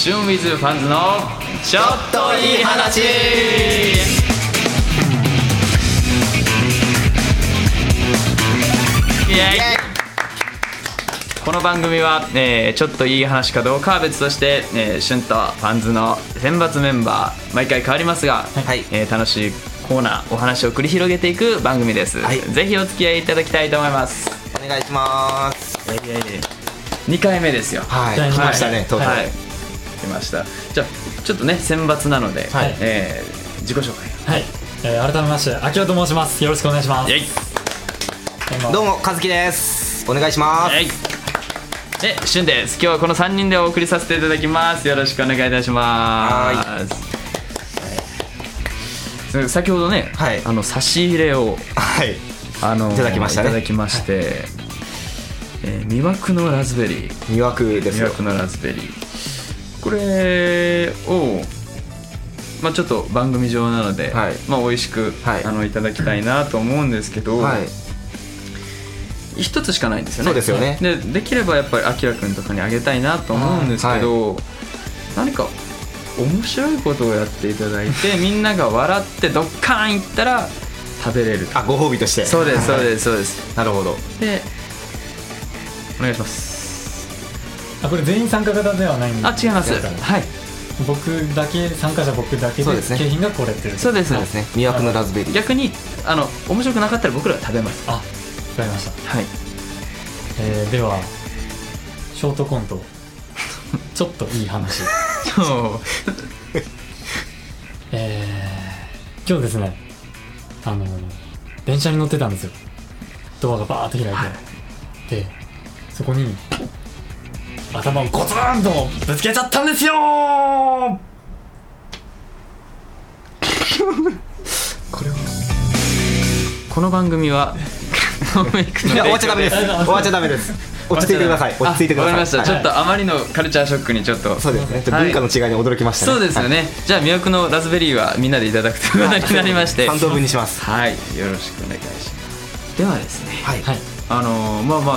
シュンウィズファンズのちょっといい話。イエイ。この番組は、ちょっといい話かどうかは別として、シュンとファンズの選抜メンバー毎回変わりますが、はい、楽しいコーナーお話を繰り広げていく番組です、はい、ぜひお付き合いいただきたいと思います。 お願いします。 2回目ですよ。 はい、来ましたね。 はい、来ました。じゃあちょっとね選抜なので、はい、自己紹介。 はい、改めましてあきらと申します。よろしくお願いします。 どうもかずきです。お願いします。 で、しゅんです。今日はこの3人でお送りさせていただきます。よろしくお願いいたします。先ほどね、はい、差し入れを、はい、いただきましたね。 いただきまして、魅惑のラズベリー。 魅惑ですよ。 魅惑のラズベリー。これを、ちょっと番組上なので、はい、美味しく、はい、いただきたいなと思うんですけど、はい、一つしかないんですよね。 そうですよね。 できればやっぱりあきらくんとかにあげたいなと思うんですけど、はい、何か面白いことをやっていただいてみんなが笑ってドッカーンいったら食べれる。 ご褒美として。 そうですそうですそうです。 なるほど。 でお願いします。 これ全員参加型ではないんですか？ 違います。はい、 僕だけ参加者僕だけで景品がこれってる。 そうです。 魅惑のラズベリー。 逆に面白くなかったら僕らは食べます。 わかりました。はい。ではショートコントちょっといい話。今日ですね、電車に乗ってたんですよ。ドアがバーッと開いて、はい、でそこに頭をゴツンとぶつけちゃったんですよ。 これはこの番組は終わっちゃダメです。終わっちゃダメです。落ち着いてください。落ち着いてください。 わかりました。ちょっとあまりのカルチャーショックにちょっと。 そうですね。文化の違いに驚きましたね。 そうですよね。じゃあ魅惑のラズベリーはみんなでいただくということになりまして、 3等分にします。 はい、よろしくお願いします。ではですね。 はい。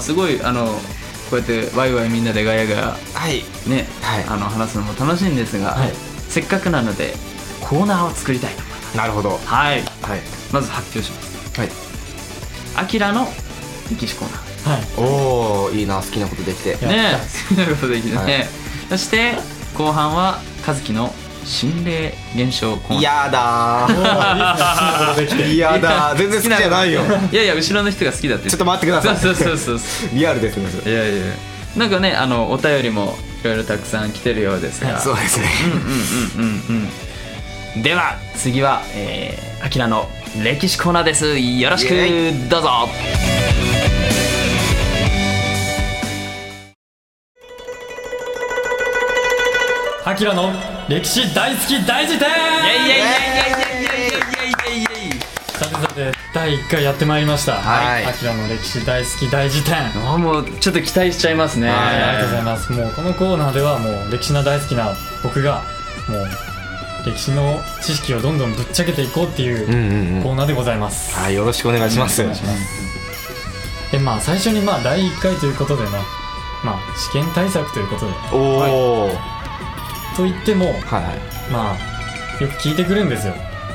すごいこうやってワイワイみんなでガヤガヤね、話すのも楽しいんですが、せっかくなのでコーナーを作りたいと思います。 なるほど。 はい。まず発表します。はい。アキラの歴史コーナー。 はい、おー、いいな。好きなことできてね。好きなことできてね、はい、そして後半は和樹の心霊現象コーナー。 やだやだ、全然好きじゃないよ。 いや後ろの人が好きだって。 ちょっと待ってください。 そうリアルですね。 いやなんかね、お便りもいろいろたくさん来てるようですが、 そうですね。 では次はアキラの歴史コーナーです。よろしくどうぞ。 アキラの歴史大好き大辞典。さて第1回やってまいりました。はい。アキラの歴史大好き大辞典。 もうちょっと期待しちゃいますね。 ありがとうございます。もうこのコーナーではもう歴史の大好きな僕がもう歴史の知識をどんどんぶっちゃけていこうっていうコーナーでございます。 はい、よろしくお願いします。 で最初に第1回ということでね、試験対策ということで。 おお。 と言っても、よく聞いてくるんですよ。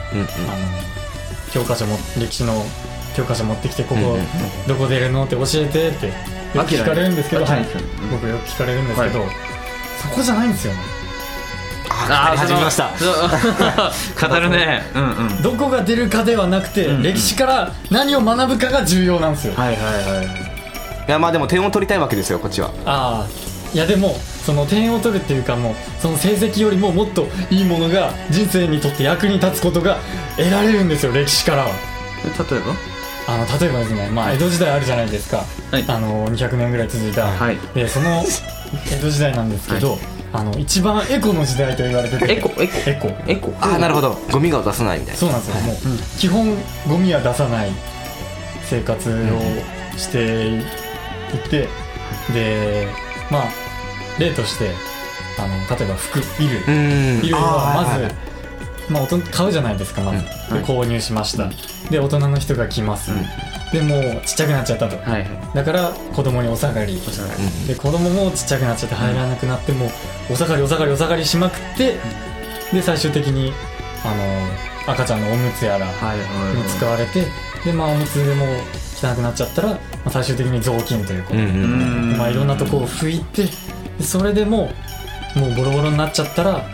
歴史の教科書持ってきて、ここどこ出るのって教えてってよく聞かれるんですけど、僕よく聞かれるんですけど、そこじゃないんですよね。 始めました。 語るね。 どこが出るかではなくて、歴史から何を学ぶかが重要なんですよ。 いやでも点を取りたいわけですよ、こっちは。 いやでもその点を取るっていうか、もうその成績よりももっといいものが人生にとって役に立つことが得られるんですよ、歴史からは。 例えばですね、江戸時代あるじゃないですか。200年ぐらい続いた。でその江戸時代なんですけど、一番エコの時代と言われてて。エコ。 なるほど。ゴミが出さないみたいな。 そうなんですよ。もう基本ゴミは出さない生活をしていて、で例として例えば衣類はまずまあ、買うじゃないですかまず、で購入しました、で大人の人が来ます、でもうちっちゃくなっちゃったと、だから子供にお下がり、で子供もちっちゃくなっちゃって入らなくなってもお下がりしまくって、で最終的に赤ちゃんのおむつやらに使われて、でまあおむつでも汚くなっちゃったら、まあ、最終的に雑巾というか、まあ、いろんなとこを拭いて、でそれでもうボロボロになっちゃったら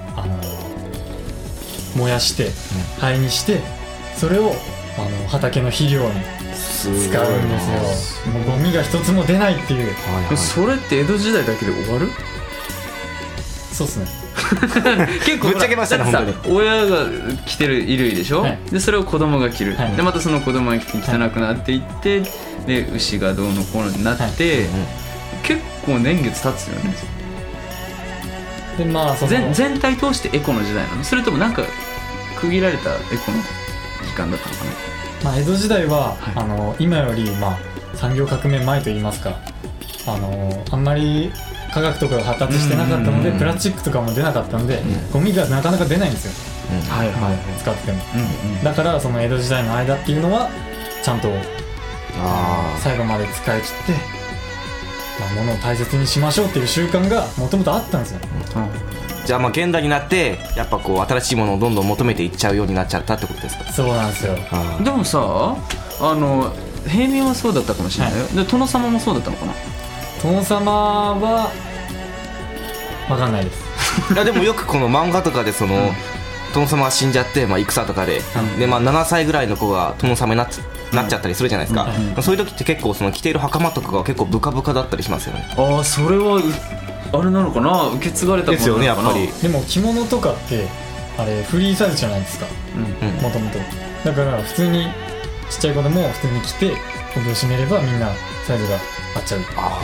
燃やして灰にして、それを畑の肥料に使うんですよ。もうゴミが一つも出ないっていう、 それって江戸時代だけで終わる？ そうっすね結構ぶっちゃけましたね。本当に親が着てる衣類でしょ、でそれを子供が着る、でまたその子供が着て汚くなっていって、で牛がどうのこうのになって、結構年月経つよね。 でまあ全体通してエコの時代なの？それともなんか区切られたエコの時間だったのかな？ まあ、江戸時代は、今より、まあ、産業革命前といいますか、あんまり科学とかが発達してなかったので、プラスチックとかも出なかったので、ゴミがなかなか出ないんですよ、使っても、だからその江戸時代の間っていうのはちゃんと最後まで使い切って、まあ、物を大切にしましょうっていう習慣がもともとあったんですよ、 じゃあまあ現代になってやっぱこう新しいものをどんどん求めていっちゃうようになっちゃったってことですか？ そうなんですよ。 でもさ、平民はそうだったかもしれないよ、で殿様もそうだったのかな？ 殿様は分かんないですいやでもよくこの漫画とかで殿様が死んじゃって、まあ、戦とかで、でまあ、7歳ぐらいの子が殿様になっちゃったりするじゃないですか、そういう時って結構着ている袴とかが結構ブカブカだったりしますよね。 ああ、それはあれなのかな、受け継がれたものなのかな。 ですよね、やっぱり。 でも着物とかってあれフリーサイズじゃないですか、もともと。だから普通にちっちゃい子でも普通に着て帯を締めればみんなサイズが合っちゃう。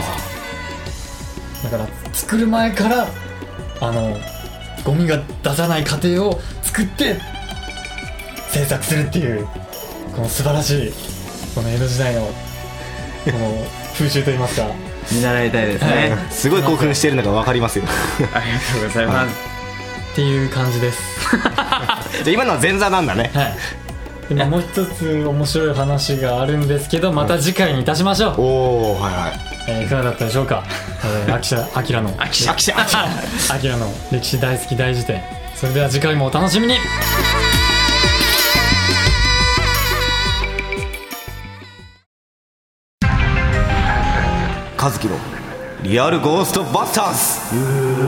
だから作る前からゴミが出さない過程を作って制作するっていうこの素晴らしいこの江戸時代のこの風習といいますか見習いたいですね、 すごい興奮してるのが分かりますよありがとうございます、 っていう感じですじゃあ今のは前座なんだね。 でもう一つ面白い話があるんですけど、また次回にいたしましょう。 おお、はいはい。 いかがだったでしょうか。アキラの歴史大好き大辞典。それでは次回もお楽しみに。 和樹のリアルゴーストバスター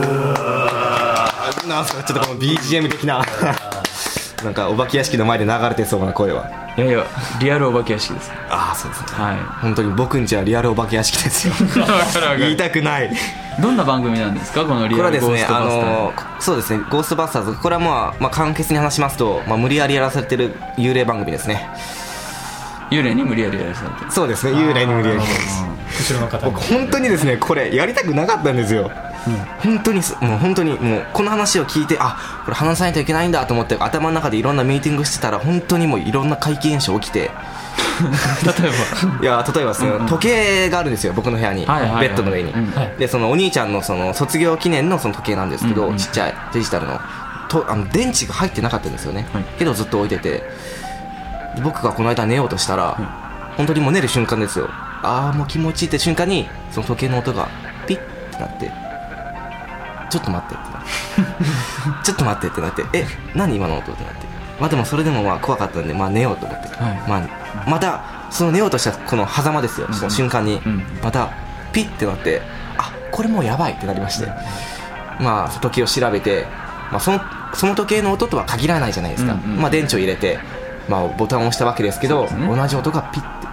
ズ。なんすかちょっとこの BGM 的ななんかお化け屋敷の前で流れてそうな声は。 いやいや、リアルお化け屋敷です。 ああ、そうですね、 はい、 本当に僕んちはリアルお化け屋敷ですよ言いたくない。 どんな番組なんですか、このリアルゴーストバスターズ。 そうですね、ゴーストバスターズ、これはまあ簡潔に話しますと、無理やりやらされてる幽霊番組ですね。幽霊に無理やりやらされてる。そうですね、幽霊に無理やり後ろの方、 僕本当にですね、これやりたくなかったんですよ、本当にもうこの話を聞いて、あ、これ話さないといけないんだと思って頭の中でいろんなミーティングしてたら、本当にもういろんな怪奇現象起きて例えばですね、時計があるんですよ、僕の部屋に、ベッドの上に、でそのお兄ちゃんのその卒業記念のその時計なんですけど、ちっちゃいデジタルの電池が入ってなかったんですよね、けどずっと置いてて、僕がこの間寝ようとしたら、本当にもう寝る瞬間ですよ、ああもう気持ちいいって瞬間にその時計の音がピッってなって、ちょっと待ってってなってちょっと待ってってなって、何今の音ってなって、でもそれでも怖かったんで寝ようと思って、またその寝ようとしたこの狭間ですよ、その瞬間にまたピッってなって、あ、これもうやばいってなりまして、時計を調べて、その時計の音とは限らないじゃないですか、電池を入れてボタンを押したわけですけど、同じ音がピッて、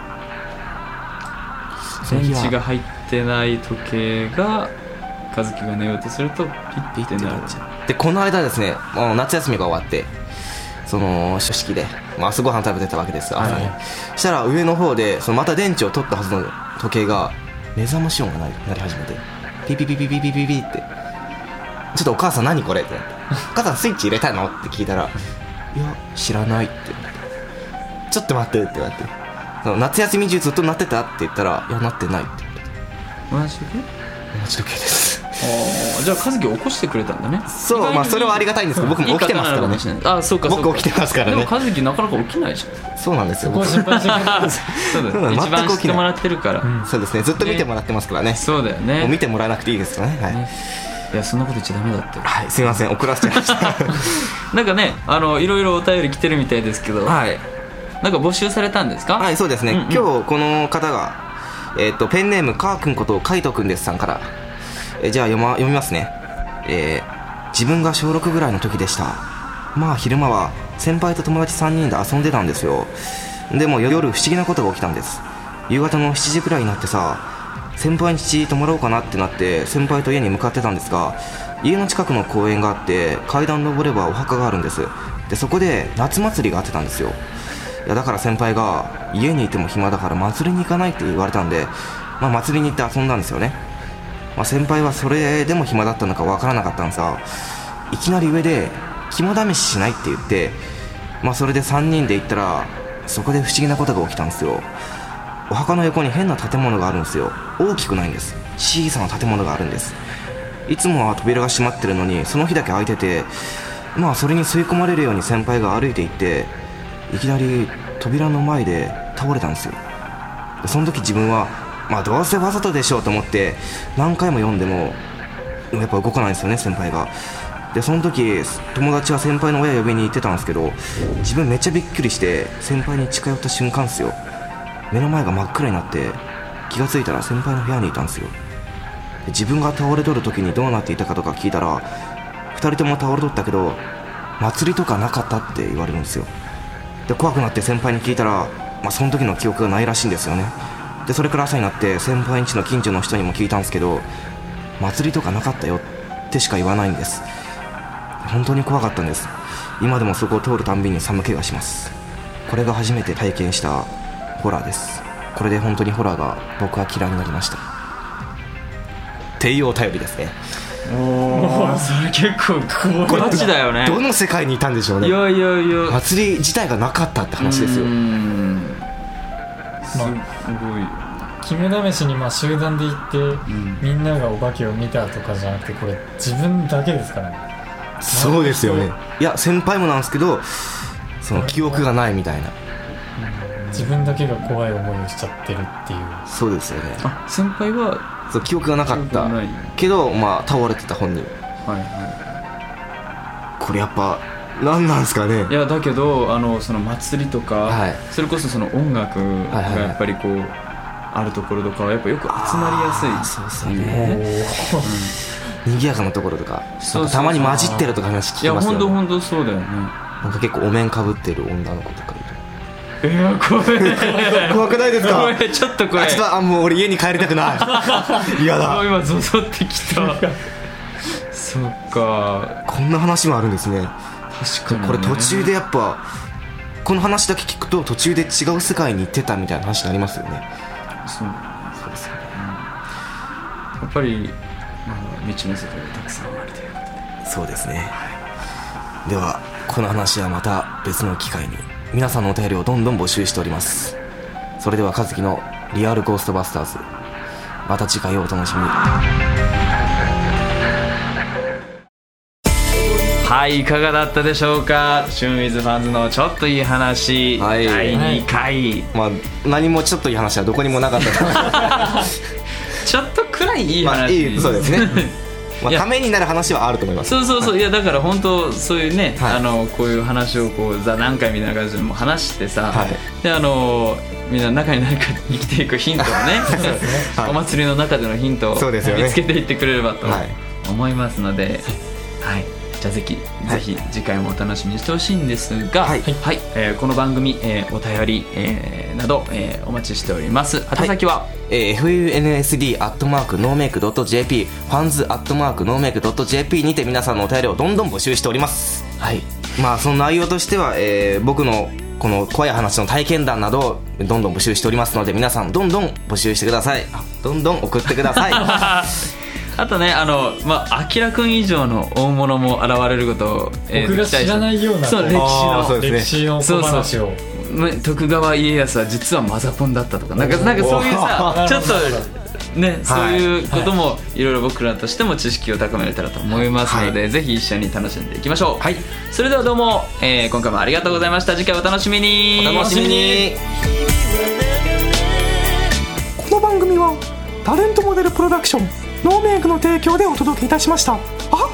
電池が入ってない時計が和樹が寝ようとするとピッてなっちゃう。 でこの間ですね、夏休みが終わってその書式で、朝ごはん食べてたわけですよ、朝に。したら上の方でまた電池を取ったはずの時計が目覚まし音が鳴り始めて、ピピピピピピピピって、ちょっとお母さん何これってなって、お母さんスイッチ入れたのって聞いたら、いや知らないって、ちょっと待ってってなって、夏休み中ずっと鳴ってたって言ったら、いや鳴ってないって。 同じ時計？ 同じ時計ですじゃあ和樹起こしてくれたんだね。 そう、まあそれはありがたいんですけど、僕も起きてますからね。 あ、そうかそうか。 僕起きてますからね。 でも和樹なかなか起きないじゃん。 そうなんですよ。 そこを心配してくれたんです。 そうだ、一番知ってもらってるから。 そうですね、ずっと見てもらってますからね。 そうだよね。 もう見てもらわなくていいですよね。はい。 いや、そんなこと言っちゃダメだって。 はい、すいません、遅らせちゃいましたなんかね、いろいろお便り来てるみたいですけど、 はい、 なんか募集されたんですか？ はい、そうですね、今日この方が、ペンネームかーくんことかいとくんですさんから、じゃあ読みますね。自分が小6ぐらいの時でした。まあ昼間は先輩と友達3人で遊んでたんですよ。でも夜不思議なことが起きたんです。夕方の7時くらいになってさ、先輩に家泊まろうかなってなって先輩と家に向かってたんですが、家の近くの公園があって階段登ればお墓があるんです。でそこで夏祭りがあってたんですよ。いやだから先輩が家にいても暇だから祭りに行かないって言われたんで、まあ、祭りに行って遊んだんですよね。まあ、先輩はそれでも暇だったのかわからなかったんさ。いきなり上で肝試ししないって言って、まあ、それで3人で行ったらそこで不思議なことが起きたんですよ。お墓の横に変な建物があるんですよ。大きくないんです。小さな建物があるんです。いつもは扉が閉まってるのにその日だけ開いてて、まあそれに吸い込まれるように先輩が歩いていって、いきなり扉の前で倒れたんですよ。その時自分はまあどうせわざとでしょうと思って何回も読んでもやっぱ動かないんですよね、先輩が。でその時友達は先輩の親呼びに行ってたんですけど、自分めっちゃびっくりして先輩に近寄った瞬間ですよ、目の前が真っ暗になって気がついたら先輩の部屋にいたんですよ。で自分が倒れとる時にどうなっていたかとか聞いたら、2人とも倒れとったけど祭りとかなかったって言われるんですよ。で怖くなって先輩に聞いたら、まあ、その時の記憶がないらしいんですよね。でそれから朝になって先輩ん家の近所の人にも聞いたんですけど、祭りとかなかったよってしか言わないんです。本当に怖かったんです。今でもそこを通るたんびに寒気がします。これが初めて体験したホラーです。これで本当にホラーが僕は嫌いになりましたっていうお便りですね。 おー、それ結構ガチだよね。 どの世界にいたんでしょうね。 いやいやいや、 祭り自体がなかったって話ですよ。 すごい。 肝試しにまあ集団で行って、みんながお化けを見たとかじゃなくて、これ自分だけですからね。 そうですよね。いや先輩もなんですけど、その記憶がないみたいな、 自分だけが怖い思いをしちゃってるっていう。 そうですよね。 あ、先輩はそう記憶がなかったけど、まあ倒れてた本人。 はいはい。 これやっぱ何なんですかね。 いやだけどその祭りとか、 はい、 それこそその音楽がやっぱりこう、あるところとかはやっぱよく集まりやすい。 そうですよね。賑やかなところとか、たまに混じってるとか話聞きますよね。 いや本当そうだよね。 なんか結構お面かぶってる女の子とかいる。 怖い。 怖くないですか？ ちょっと怖い。 ちょっともう俺家に帰りたくない。嫌だ。 今ゾゾってきた。そっか。 こんな話もあるんですね。 確かに、ね、 これ途中でやっぱこの話だけ聞くと途中で違う世界に行ってたみたいな話になりますよね。 そうですよね。やっぱり未知の世界がたくさんあるということで。 そうですね、はい、ではこの話はまた別の機会に皆さんのお便りをどんどん募集しております。それでは和樹のリアルゴーストバスターズ、また次回をお楽しみに。 はい、いかがだったでしょうか。シュンウィズファンズのちょっといい話、 はい、 第2回、 まあ何もちょっといい話はどこにもなかったとちょっとくらいいい話、 まあ、そうですねまあ、ためになる話はあると思います。 そう、いやだから本当そういうね、 はい、 こういう話をこう何回みたいな感じでも話してさ、はい、でみんな中に何か生きていくヒントをねはい、お祭りの中でのヒントを見つけていってくれればと思いますので、はい、じゃあぜひ次回もお楽しみにしてほしいんですが、はいはい、この番組、お便り、など、お待ちしております。宛先は、 funsd@nomake.jp ファンズ@nomake.jp にて皆さんのお便りをどんどん募集しております。はい、まあその内容としては、僕のこの怖い話の体験談などをどんどん募集しておりますので、皆さんどんどん募集してください。どんどん送ってくださいあとね、あきらくん以上の大物も現れることを、 僕が知らないような、 そう歴史の小話を、 徳川家康は実はマザコンだったとか、なんかそういうさちょっとね、そういうこともいろいろ僕らとしても知識を高めれたらと思いますので、ぜひ一緒に楽しんでいきましょう。はい、それではどうも、今回もありがとうございました。次回お楽しみに。 お楽しみに。 この番組はタレントモデルプロダクションノーメイクの提供でお届けいたしました。あ